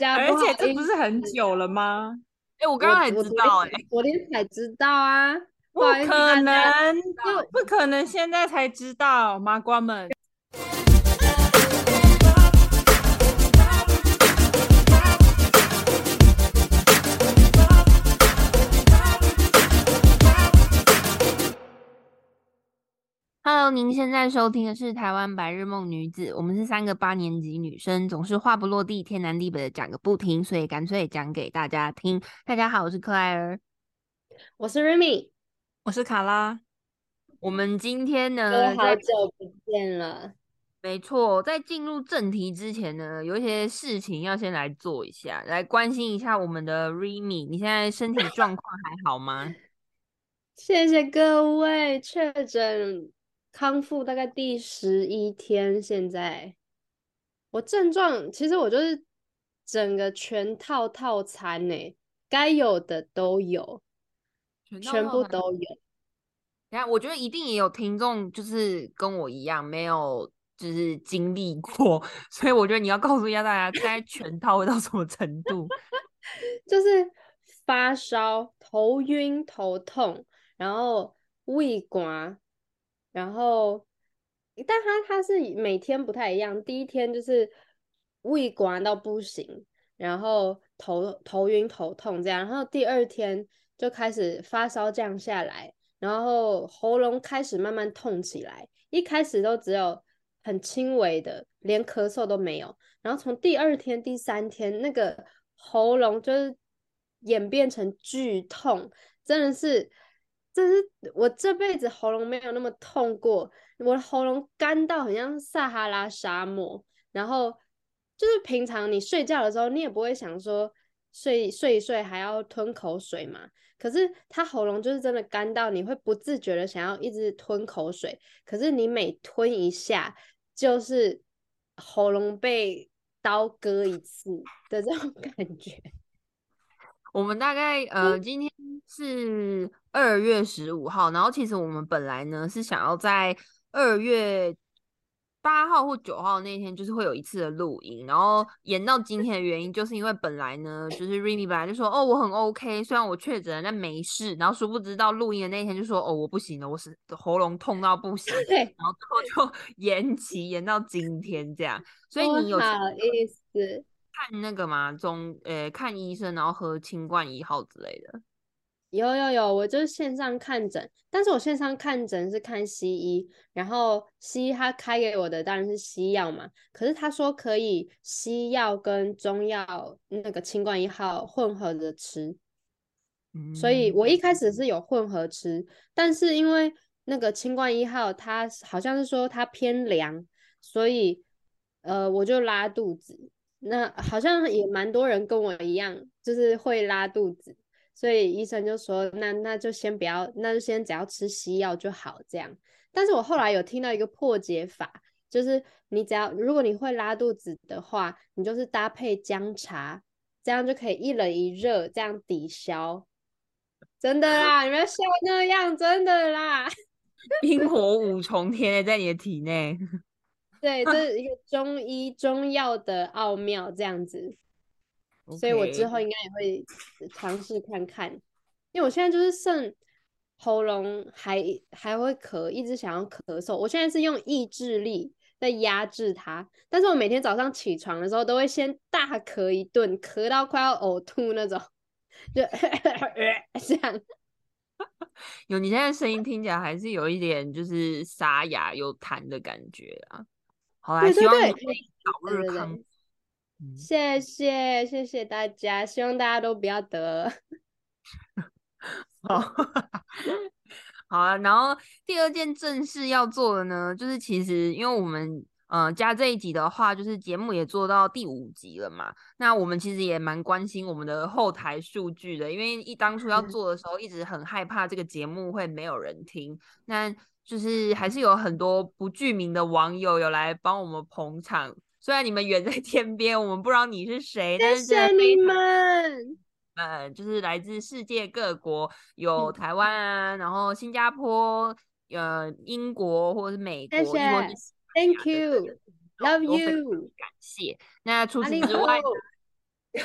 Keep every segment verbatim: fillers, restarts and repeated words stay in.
家不而且这好意思， 不是很久了吗？哎、我我刚刚才我昨天知道、哎， 昨天才知道啊，不好意思不可大家。 能， 就不可能，现在才知道，麻瓜们。Hello，您现在收听的是台湾白日梦女子，我们是三个八年级女生，总是话不落地，天南地北的讲个不停，所以干脆讲给大家听。大家好，我是克莱尔， 我是 Remy， 我是卡拉。我们今天呢，在都好久不见了。 没错，在进入正题之前呢，有一些事情要先来做一下，来关心一下我们的 Remy，你现在身体状况还好吗？ 谢谢各位，确诊康复大概第十一天，现在我症状其实我就是整个全套套餐呢，该有的都有， 全套全部套餐。 都有。 等下，我觉得一定也有听众就是跟我一样没有就是经历过，所以我觉得你要告诉一下大家，大概全套会到什么程度。 就是发烧、头晕、头痛，然后胃刮，然后，但他他是每天不太一样。第一天就是胃刮到不行，然后头头晕头痛这样，然后第二天就开始发烧降下来，然后喉咙开始慢慢痛起来，一开始都只有很轻微的，连咳嗽都没有。然后从第二天、第三天，那个喉咙就是演变成剧痛，真的是，这是我这辈子喉咙没有那么痛过。我的喉咙干到很像撒哈拉沙漠，然后就是平常你睡觉的时候，你也不会想说睡睡一睡还要吞口水嘛。可是他喉咙就是真的干到你会不自觉的想要一直吞口水，可是你每吞一下，就是喉咙被刀割一次的这种感觉。 我们大概呃今天是二月十五号，然后其实我们本来呢是想要在二月八号或九号那天就是会有一次的录音，然后延到今天的原因就是因为本来呢就是 Remy 本来就说哦我很 OK，虽然我确诊了但没事，然后殊不知到录音的那一天就说哦我不行了，我是喉咙痛到不行， 对， 然后最后就延期延到今天这样，所以不你有去好意思。 看那个吗？中呃看医生，然后喝清冠一号之类的。 有有有，我就是线上看诊，但是我线上看诊是看西医，然后西医他开给我的当然是西药嘛，可是他说可以西药跟中药那个清冠一号混合着吃，所以嗯， 我一开始是有混合吃，但是因为那个清冠一号它好像是说它偏凉，所以呃我就拉肚子。那好像也蛮多人跟我一样，就是会拉肚子，所以医生就说那那就先不要，那就先只要吃西药就好这样。但是我后来有听到一个破解法，就是你只要如果你会拉肚子的话，你就是搭配姜茶，这样就可以一冷一热，这样抵消。真的啦，你们笑那样，真的啦。 冰火五重天在你的体内。 对，这是一个中医中药的奥妙，这样子，所以我之 OK， 后应该也会尝试看看，因为我现在就是剩喉咙还还会咳，一直想要咳嗽，我现在是用意志力在压制它，但是我每天早上起床的时候都会先大咳一顿，咳到快要呕吐那种，就这样。 有你现在声音听起来还是有一点就是沙哑有痰的感觉啊。好啦， 对对对， 希望你可以早对日康复。 对对， 嗯， 谢谢谢谢大家，希望大家都不要得。 好，好啊。然后第二件正事要做的呢，就是其实因为我们呃加这一集的话，就是节目也做到第五集了嘛。那我们其实也蛮关心我们的后台数据的，因为一当初要做的时候，一直很害怕这个节目会没有人听。那就是还是有很多不具名的网友有来帮我们捧场。虽然你们远在天边，我们不知道你是谁，但是真的谢谢你非常们， 呃，就是来自世界各国，有台湾啊，然后新加坡、呃英国或者是美国， 谢谢亦或是西班 ，Thank 牙的各个听众， you，love 都非常 you， 感谢。那除阿里此之外呢， 扣。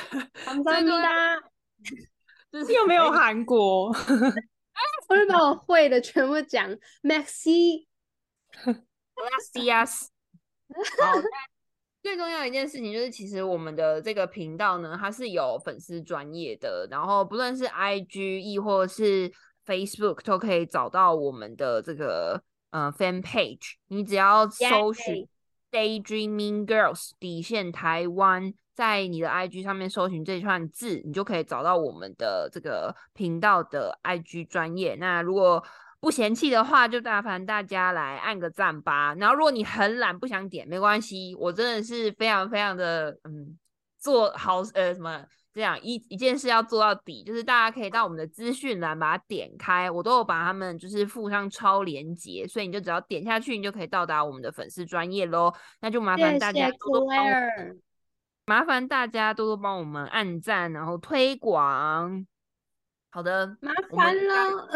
감사 最重要 합니다。 就是又没有韩国， 我就把我会的全部讲 Maxi。 gracias。好，那最重要的一件事情就是，其实我们的这个频道呢，它是有粉丝专业的，然后不论是 I G 亦或是 Facebook 都可以找到我们的这个呃 fan page。你只要搜寻 Daydreaming Girls 底线台湾，在你的 I G 上面搜寻这串字，你就可以找到我们的这个频道的 I G 专业。那如果不嫌弃的话，就麻烦大家来按个赞吧。然后如果你很懒不想点，没关系，我真的是非常非常的嗯做好呃什么这样一一件事要做到底，就是大家可以到我们的资讯栏把它点开，我都有把它们就是附上超连结，所以你就只要点下去，你就可以到达我们的粉丝专页咯。那就麻烦大家多多帮我，麻烦大家多多帮我们按赞，然后推广。好的， 麻烦了。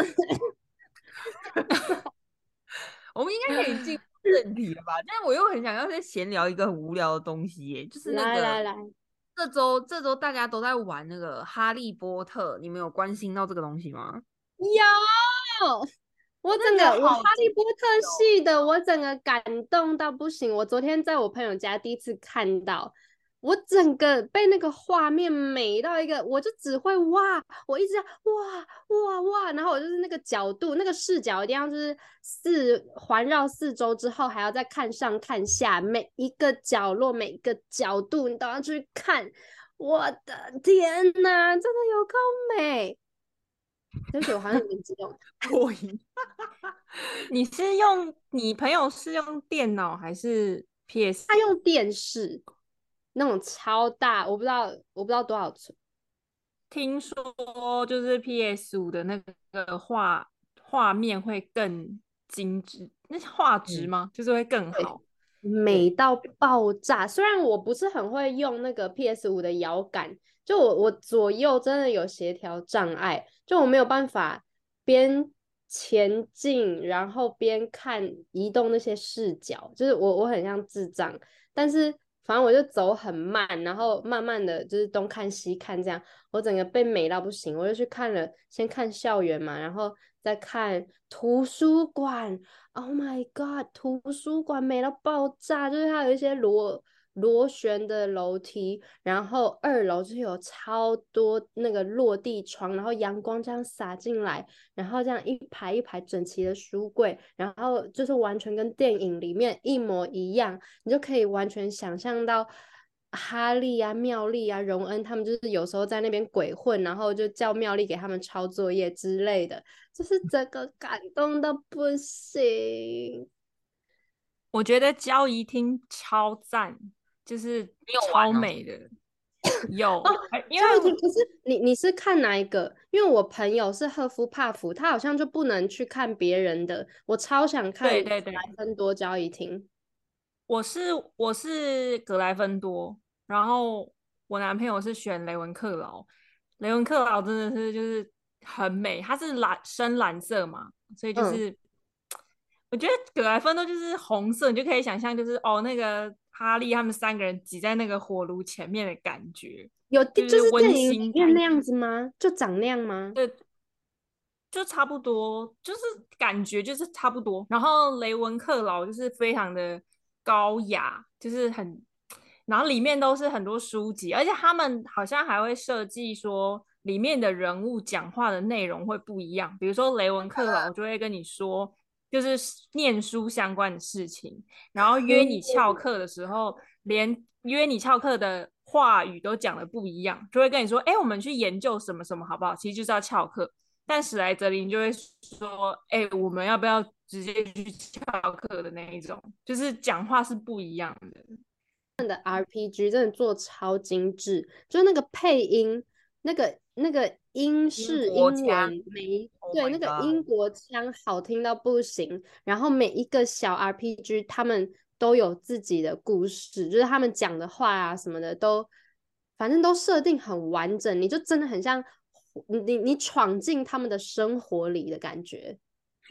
我们应该可以进正题了吧？但是我又很想要再闲聊一个很无聊的东西耶，就是那个来来来， 这周这周大家都在玩那个哈利波特，你们有关心到这个东西吗？ 有，我整个我哈利波特系的，我整个感动到不行。我昨天在我朋友家第一次看到，我整个被那个画面美到一个，我就只会哇，我一直哇哇哇，然后我就是那个角度、那个视角一定要就是四环绕四周之后，还要再看上看下，每一个角落、每一个角度你都要去看。我的天哪，真的有够美！对不起，我好像有点激动。 破音。 你是用你朋友是用电脑还是 P S？ 他用电视那种超大，我不知道，我不知道多少寸。 听说就是 P S 五 的那个画画面会更精致，那是画质吗？嗯、就是会更好， 美到爆炸。虽然我不是很会用那个 P S 五 的摇杆，就我我左右真的有协调障碍，就我没有办法边前进然后边看移动那些视角，就是我我很像智障，但是反正我就走很慢，然后慢慢的就是东看西看这样，我整个被美到不行，我就去看了，先看校园嘛，然后再看图书馆。Oh my god！ 图书馆美到爆炸，就是它有一些螺螺旋的楼梯，然后二楼就是有超多那个落地窗，然后阳光这样洒进来，然后这样一排一排整齐的书柜，然后就是完全跟电影里面一模一样，你就可以完全想象到哈利啊、妙丽啊、荣恩他们就是有时候在那边鬼混，然后就叫妙丽给他们抄作业之类的，就是整个感动到不行。 我觉得交谊厅超赞，就是超美的。有哦， 因为可是你你是看哪一个？因为我朋友是赫夫帕夫，他好像就不能去看别人的。我超想看格莱芬多交谊厅。 我是我是格莱芬多，然后我男朋友是选雷文克劳。雷文克劳真的是就是很美，它是蓝深蓝色嘛，所以就是、嗯、我觉得格莱芬多就是红色，你就可以想象就是哦那个哈利他们三个人挤在那个火炉前面的感觉， 有就是电影里面那样子吗？就长那样吗？ 对，就差不多，就是感觉就是差不多。然后雷文克劳就是非常的高雅，就是很，然后里面都是很多书籍，而且他们好像还会设计说里面的人物讲话的内容会不一样，比如说雷文克劳就会跟你说就是念书相关的事情，然后约你翘课的时候，连约你翘课的话语都讲的不一样，就会跟你说，哎，我们去研究什么什么好不好？其实就是要翘课。但史莱哲林就会说，哎，我们要不要直接去翘课的那一种，就是讲话是不一样的。 他们的 R P G 真的做超精致，就那个配音，那个那个英式英文每对、oh、那个英国腔好听到不行，然后每一个小 R P G 他们都有自己的故事，就是他们讲的话啊什么的都，反正都设定很完整，你就真的很像你你你闯进他们的生活里的感觉。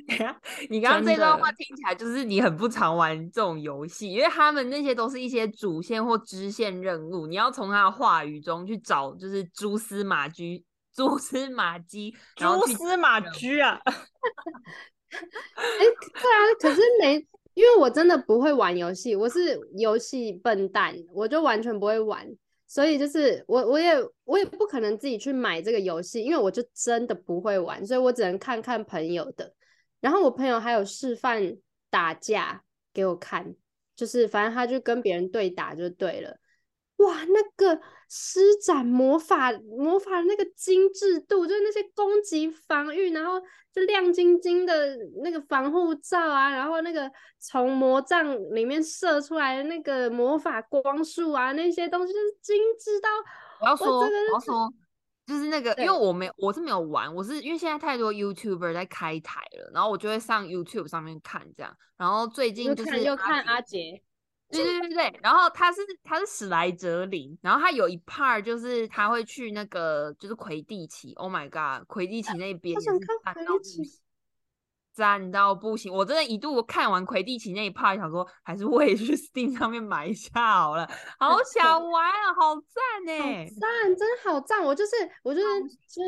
你刚刚这真段话的听起来就是你很不常玩这种游戏，因为他们那些都是一些主线或支线任务，你要从他的话语中去找就是蛛丝马迹、蛛丝马迹，然后去蛛丝马迹啊！ 哎，对啊，可是没，因为我真的不会玩游戏，我是游戏笨蛋，我就完全不会玩，所以就是我我也我也不可能自己去买这个游戏，因为我就真的不会玩，所以我只能看看朋友的。然后我朋友还有示范打架给我看，就是反正他就跟别人对打就对了。哇，那个施展魔法魔法的那个精致度，就是那些攻击防御，然后就亮晶晶的那个防护罩啊，然后那个从魔杖里面射出来的那个魔法光束啊，那些东西就是精致到我要说， 我整个我要说，就是那个，因为对， 我没有，我是没有玩，我是因为现在太多 YouTuber 在开台了，然后我就会上 YouTube 上面看这样，然后最近就又看又看是阿杰， 阿杰， 对对对对，然后他是他是史莱哲林，然后他有一 part 就是他会去那个就是魁地奇，Oh my god，魁地奇那边也是好想看赞回一起。 到不行，赞到不行，我真的一度看完魁地奇那一 part，想说还是我也去 Steam 上面买一下好了，好想玩啊，好赞好哎！ 赞，真的好赞！我就是，我就是，就是，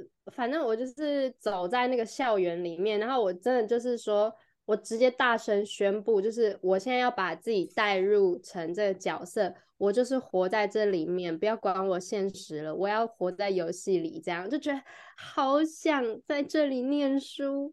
反正我就是走在那个校园里面，然后我真的就是说，我直接大声宣布，就是我现在要把自己带入成这个角色，我就是活在这里面，不要管我现实了，我要活在游戏里，这样就觉得好想在这里念书。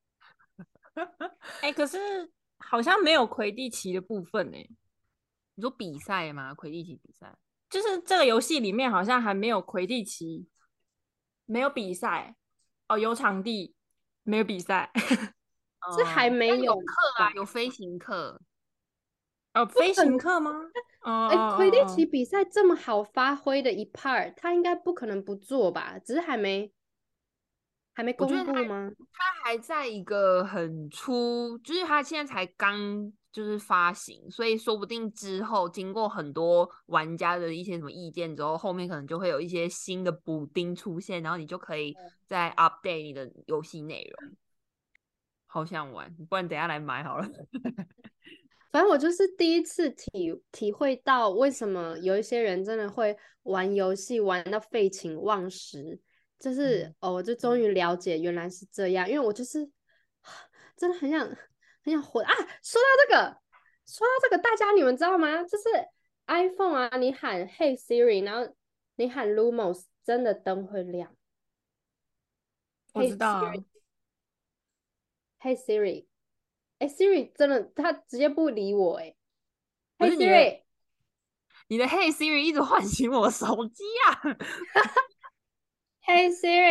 哎、可是好像没有魁地奇的部分哎、 你说比赛吗？魁地奇比赛？ 就是这个游戏里面好像还没有魁地奇，没有比赛哦，有场地，没有比赛。 这还嗯，但有没有课啊， 吧？ 有飞行课。 哦，飞行课吗？哦哎， 哦魁地哦哦， 奇比赛这么好发挥的一 part，他应该不可能不做吧？只是还没还没公我觉得他布吗？ 他还在一个很初，就是他现在才刚就是发行，所以说不定之后经过很多玩家的一些什么意见之后，后面可能就会有一些新的补丁出现，然后你就可以再 update 你的游戏内容。好想玩，不然等一下来买好了。 反正我就是第一次体体会到为什么有一些人真的会玩游戏玩到废寝忘食，就是嗯， 哦，我就终于了解原来是这样，因为我就是真的很想很想活啊！说到这个，说到这个，大家你们知道吗？就是 iPhone 啊，你喊 Hey Siri，然后你喊 Lumos，真的灯会亮。 我 Hey 知道啊。 Siri，Hey Siri，哎，Siri 真的，他直接不理我哎。Hey 不是你的 Siri， 你的 Hey Siri 一直唤醒我的手机啊！ Hey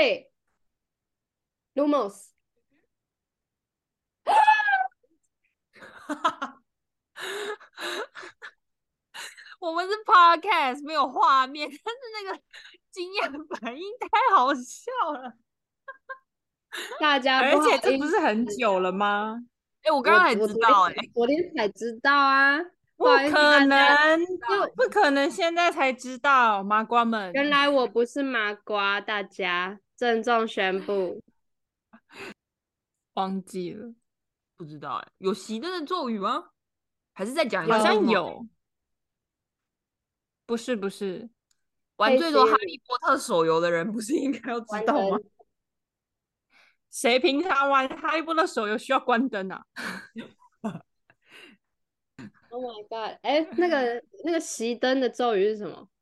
Siri，Lumos。 我们是 podcast 没有画面，但是那个经验反应太好笑了。 大家不好而且这不意思， 是很久了吗？ 哎、我刚我刚才我昨天知道、哎， 才昨天才知道啊， 不不好意思可大家， 能， 就不可能现在才知道，麻瓜们。 原来我不是麻瓜，大家郑重宣布。 忘记了， 不知道哎、有熄灯的咒语吗？还是再讲一好次有像有，不是不是， 玩 ，Hey 最多《哈 Siri， 利波特》手游的人不是应该要知道吗？ 关灯。 谁平常玩哈利波特手游需要关灯啊？ Oh my god！哎，那个那个熄灯的咒语是什么？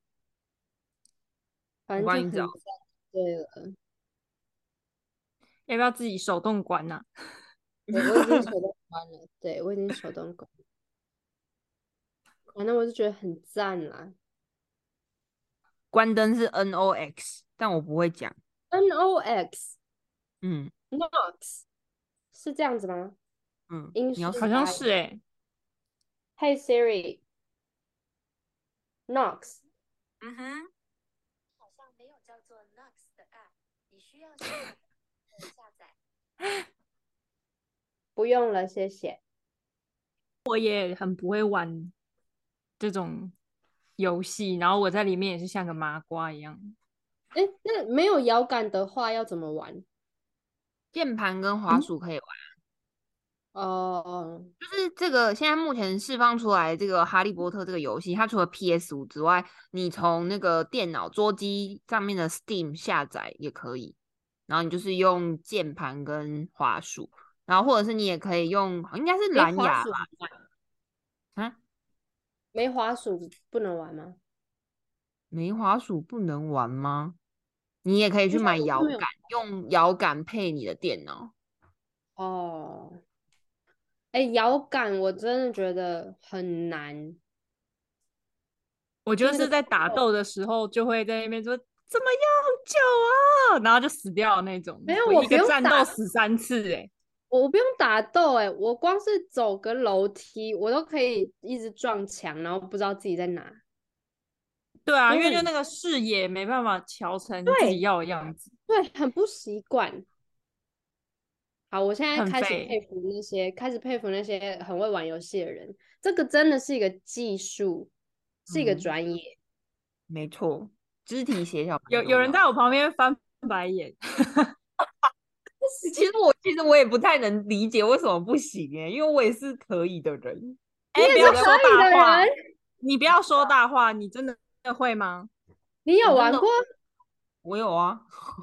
反正就我帮你找。 很赞。对了， 要不要自己手动关呐、 对，我已经手动关了，对，我已经手动关了，反正我就觉得很赞啦。 关灯是 N O X，但我不会讲。 N O X 嗯 Nox 是这样子吗？ 嗯， 英你要好像式发音。 是哎、欸， Hey Siri Nox， 嗯哼， 好像没有叫做 Nox 的 App，你需要下载下载。 不用了，谢谢。 我也很不会玩这种游戏，然后我在里面也是像个麻瓜一样。 哎，那没有摇杆的话要怎么玩？ 键盘跟滑嗯， 鼠可以玩。 哦， 就是这个现在目前释放出来这个《哈利波特》这个游戏，它除了 P S 五之外，你从那个电脑桌机上面的 Steam 下载也可以，然后你就是用键盘跟滑鼠，然后或者是你也可以用，应该是没滑鼠蓝牙吧？啊， 没滑鼠不能玩吗？ 没滑鼠不能玩吗？你也可以去就像买摇没有杆，用摇杆配你的电脑。 哦，哎，摇杆我真的觉得很难， 我就那个就是在打斗的时候就会在那边说怎么样救啊，然后就死掉的那种。 没有， 我我不用一个战斗打， 死三次、欸， 我不用打斗，哎，我光是走个楼梯，我都可以一直撞墙，然后不知道自己在哪。 对啊，因为就就很那个视野没办法调成自己对要的样子， 对，很不习惯。好，我现在很开始佩废。 服那些开始佩服那些很会玩游戏的人，这个真的是一个技术，是一个嗯， 专业。 没错，肢体协调蛮有有重要的。 人在我旁边翻白眼， 其实我其实我也不太能理解为什么不行哎，因为我也是可以的人。 你哎、不也是可要说以的大话， 人， 你不要说大话，你真的会吗？ 你我真的有玩过？ 我有啊，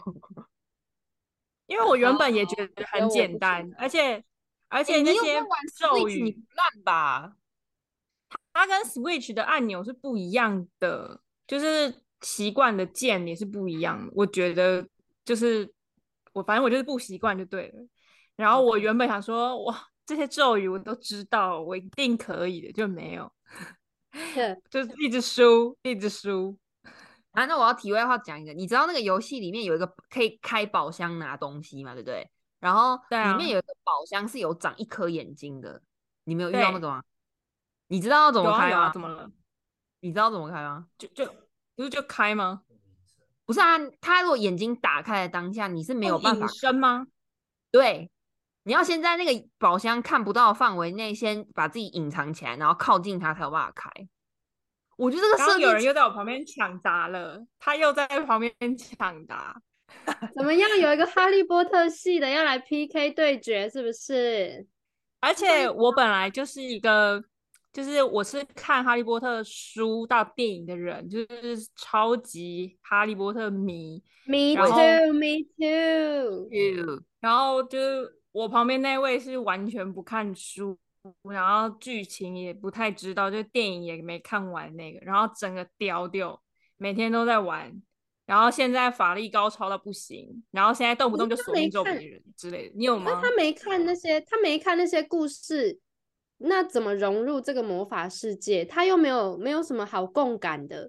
因为我原好， 本也觉得只有很我不行。 简单，而且而哎、你有在且那些玩咒 Switch？你语， 不烂吧？ 它跟 Switch 的按钮是不一样的，就是习惯的键也是不一样的。我觉得就是我反正我就是不习惯就对了。然后我 OK， 原本想说，哇，这些咒语我都知道，我一定可以的，就没有， 哼就是一直输，一直输。 啊，那我要题外话讲一个，你知道那个游戏里面有一个可以开宝箱拿东西嘛，对不对？然后对啊， 里面有一个宝箱是有长一颗眼睛的，你没有遇到那对， 个吗？你知道要怎有啊有啊， 么开吗？ 怎么了？ 你知道怎么开吗？ 就就不是就开吗？ 不是啊，他如果眼睛打开的当下，你是没有用隐办法开。 身吗？ 对，你要先在那个宝箱看不到的范围内，先把自己隐藏起来，然后靠近它才有办法开。我觉得这个刚刚有人设计又在我旁边抢答了，他又在旁边抢答。 怎么样？有一个哈利波特系的要来 P K 对决，是不是？ 而且我本来就是一个，就是我是看《哈利波特》书到电影的人，就是超级哈利波特迷。 Me 然后， too, me too。 然后就是我旁边那位是完全不看书，然后剧情也不太知道，就电影也没看完那个，然后整个屌屌，每天都在玩。然后现在法力高超到不行，然后现在动不可是他动就锁定咒别没看， 人之类的，你有吗？ 可是他没看那些，他没看那些故事，那怎么融入这个魔法世界？他又没有没有什么好共感的。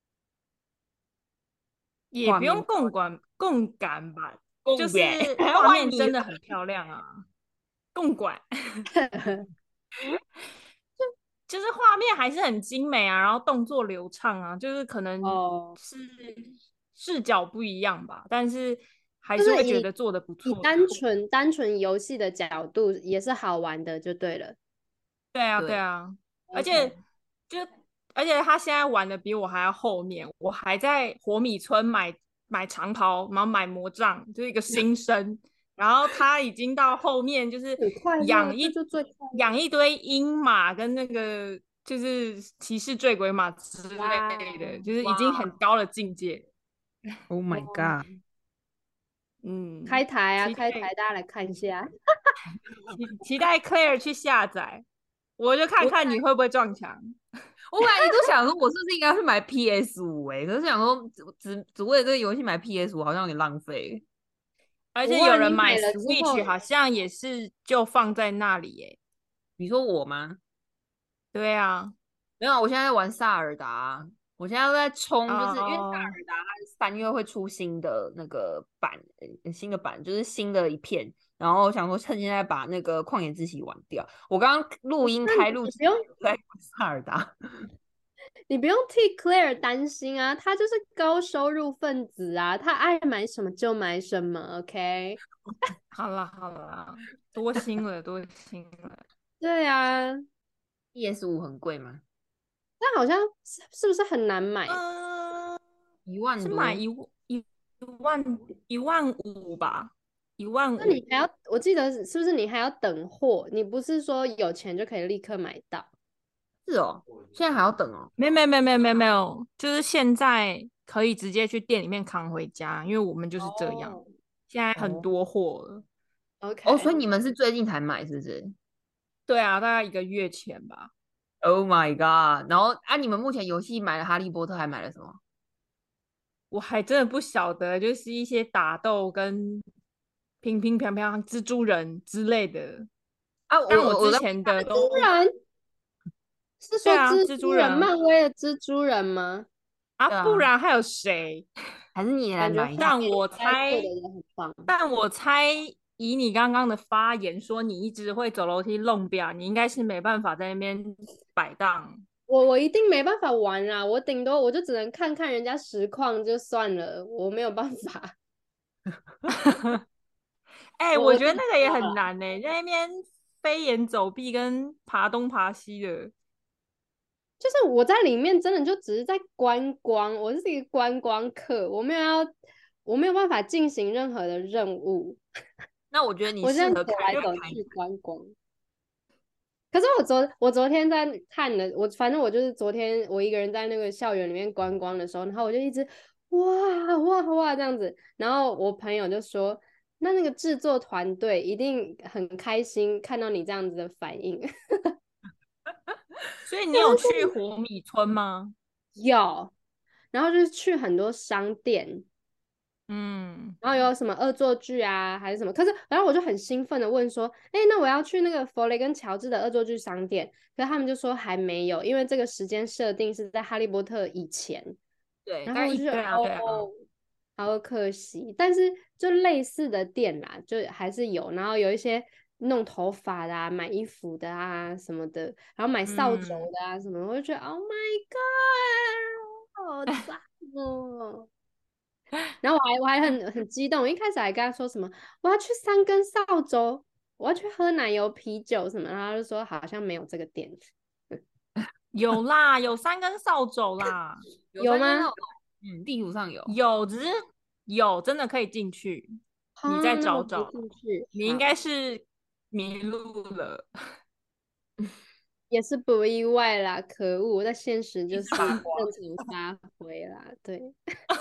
也不用画面共感共感吧，就共感， 是还画面换你了。 真的很漂亮啊，共感就是画面还是很精美啊，然后动作流畅啊，就是可能哦， 是视角不一样吧，但是还是会觉就是以得做的不以错。 单纯单纯游戏的角度也是好玩的，就对了。 对啊，对对啊，而且 OK， 就而且他现在玩的比我还要后面，我还在活米村买买长袍，然后买魔杖，就是一个新生。然后他已经到后面就是很快乐， 养一这就最快乐。 养一堆鹰马跟那个就是骑士坠鬼马之哇类的，就是已经哇很高的境界。 ，Oh my 哦， god！ 嗯， 开台啊， 期待开台，大家来看一下。 期期待 Claire 去下载，我就看我看你会不会撞墙。 我本来一度想说，我是不是应该去买 P S 五？哎，可是想说只只只为了这个游戏买 P S 五，好像有点浪费。 而且不会啊， 有人买你买了之 Switch 后， 好像也是就放在那里耶。 你说我吗？ 对啊， 没有啊，我现在在玩萨尔达，我现在都在冲，就是因为萨哦， 尔达它三月会出新的那个版，呃新的版就是新的一片，然后我想说趁现在把那个旷野之息玩掉。我刚刚录音那开录之你不用前在玩萨尔达， 你不用替 Claire 担心啊，他就是高收入分子啊，他爱买什么就买什么，OK？ 好了好了，多心了多心了。 对啊， P S 五很贵吗？ 但好像是是不是很难买？ 嗯、 一万多， 是买一一一万一万五吧， 一万那你五。 还要，我记得是是不是你还要等货？你不是说有钱就可以立刻买到？ 是哦，现在还要等哦。 没没没没没没有，就是现在可以直接去店里面扛回家，因为我们就是这样， 哦现在很哦多货了。 哦，所以 ，OK， 你们是最近才买是不是对啊，大概一个月前吧。 ？Oh my god！然后啊，你们目前游戏买了《哈利波特》，还买了什么？ 我还真的不晓得，就是一些打斗跟乒乒乓乓、蜘蛛人之类的。 啊，我但我之我我在前的都， 不然是说对啊， 蜘蛛人， 蜘蛛人啊， 漫威的蜘蛛人吗？ 啊不对啊， 然还有谁？ 还是你也来感觉买一下？ 但我画面应该做猜， 的也很棒。 但我猜，以你刚刚的发言说你一直会走楼梯弄表，你应该是没办法在那边摆档。 我我一定没办法玩啦，我顶多我就只能看看人家实况就算了，我没有办法。 哎、 我我自己我觉得那个也知道啦， 很难呢、在那边飞檐走壁跟爬东爬西的。 就是我在里面真的就只是在观光，我是一个观光客，我没有要，我没有办法进行任何的任务， 那我觉得你我这样适合开走来就开。 走去观光。可是我昨我昨天在看的，我反正我就是昨天我一个人在那个校园里面观光的时候，然后我就一直哇哇哇这样子，然后我朋友就说，那那个制作团队一定很开心看到你这样子的反应。 所以你有去活米村吗？ 有，然后就是去很多商店， 嗯， 然后有什么恶作剧啊，还是什么？可是，然后我就很兴奋的问说：“哎，那我要去那个弗雷跟乔治的恶作剧商店。”可是他们就说还没有，因为这个时间设定是在哈利波特以前。 对， 然后我就觉得对啊，对啊， 哦，好可惜。但是就类似的店啦，就还是有。然后有一些弄头发的啊，买衣服的啊什么的，然后买扫帚嗯， 的啊什么的，我就觉得 Oh my God，好赞哦！然后我还我还很很激动，一开始还跟他说什么我要去三根扫帚，我要去喝奶油啤酒什么，然后他就说好像没有这个店， 有啦，有三根扫帚啦， 有有吗？ 三根扫帚，嗯，地图上有。 有，只是有真的可以进去，你再啊，那我不找找， 进去， 你应好， 该是迷路了。 也是不意外啦，可恶，在现实一就是直八卦。 正常发挥啦，对。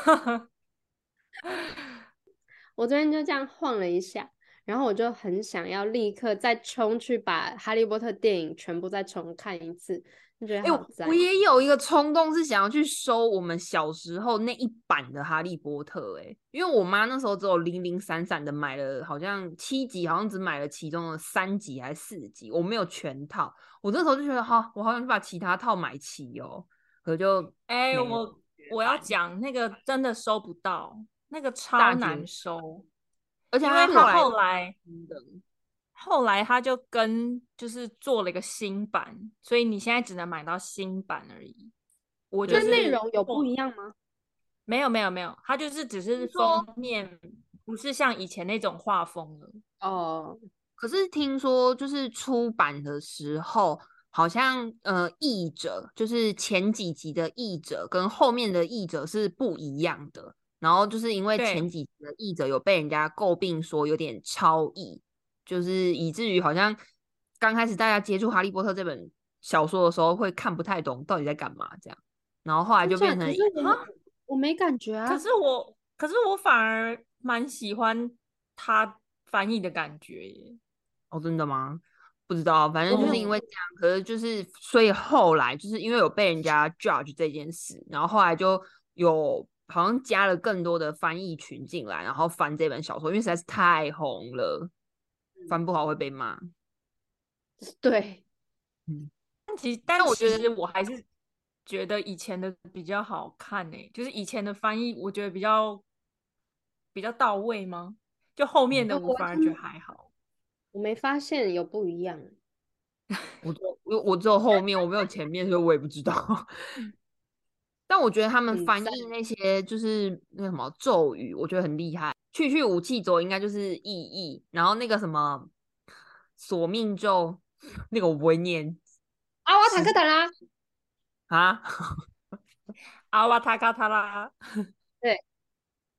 我昨天就这样晃了一下，然后我就很想要立刻再冲去把《哈利波特》电影全部再重看一次，就觉得哎、 好赞。 我我也有一个冲动是想要去收我们小时候那一版的《哈利波特》哎，因为我妈那时候只有零零散散的买了，好像七集，好像只买了其中的三集还是四集，我没有全套。我那时候就觉得，哈，我好想去把其他套买齐哦，可就哎、 没了。 我我要讲那个真的收不到，那个超大街， 难收， 而且因为他他后来后来新的， 后来他就跟就是做了一个新版，所以你现在只能买到新版而已。我就那对， 内是容有不一后样吗？ 没有没有没有，它就是只是封说面，不是像以前那种画风了。 哦， 可是听说就是出版的时候，好像呃译者就是前几集的译者跟后面的译者是不一样的，然后就是因为前对， 几集的译者有被人家诟病说有点超译，就是以至于好像刚开始大家接触《哈利波特》这本小说的时候会看不太懂到底在干嘛这样，然后后来真假？ 就变成可是我我没感觉可啊。 是我可是我反而蛮喜欢他翻译的感觉耶。 哦，真的吗？不知道，反正就是因我没有， 为这样，可是就是所以后来就是因为有被人家 judge 这件事，然后后来就有好像加了更多的翻译群进来，然后翻这本小说，因为实在是太红了，翻不好会被骂。 对， 嗯， 但其但但我觉得其实我还是觉得以前的比较好看呢，就是以前的翻译我觉得比较比较到位吗？就后面的哦， 我我反而觉得还好。 我没发现有不一样。 我只有我我只有后面，我没有前面，所以我也不知道。但我觉得他们很赞， 翻译那些就是那个什么咒语，我觉得很厉害。去去武器咒应该就是意译，然后那个什么索命咒，那个我不会念啊，我要坦克坦啦。 啊。 阿瓦塔卡塔拉， 对，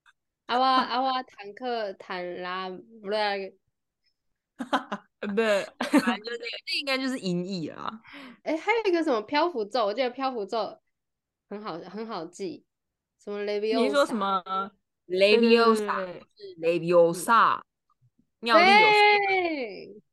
阿瓦阿瓦坦克坦拉不对， 呃不， 反正就那个，那应该就是音译啦。 哎，还有一个什么漂浮咒，我记得漂浮咒很好很好记，什么雷比欧你是说什萨， 么？ 雷对对对比欧萨对对， 是雷比欧萨，妙丽有事。 对，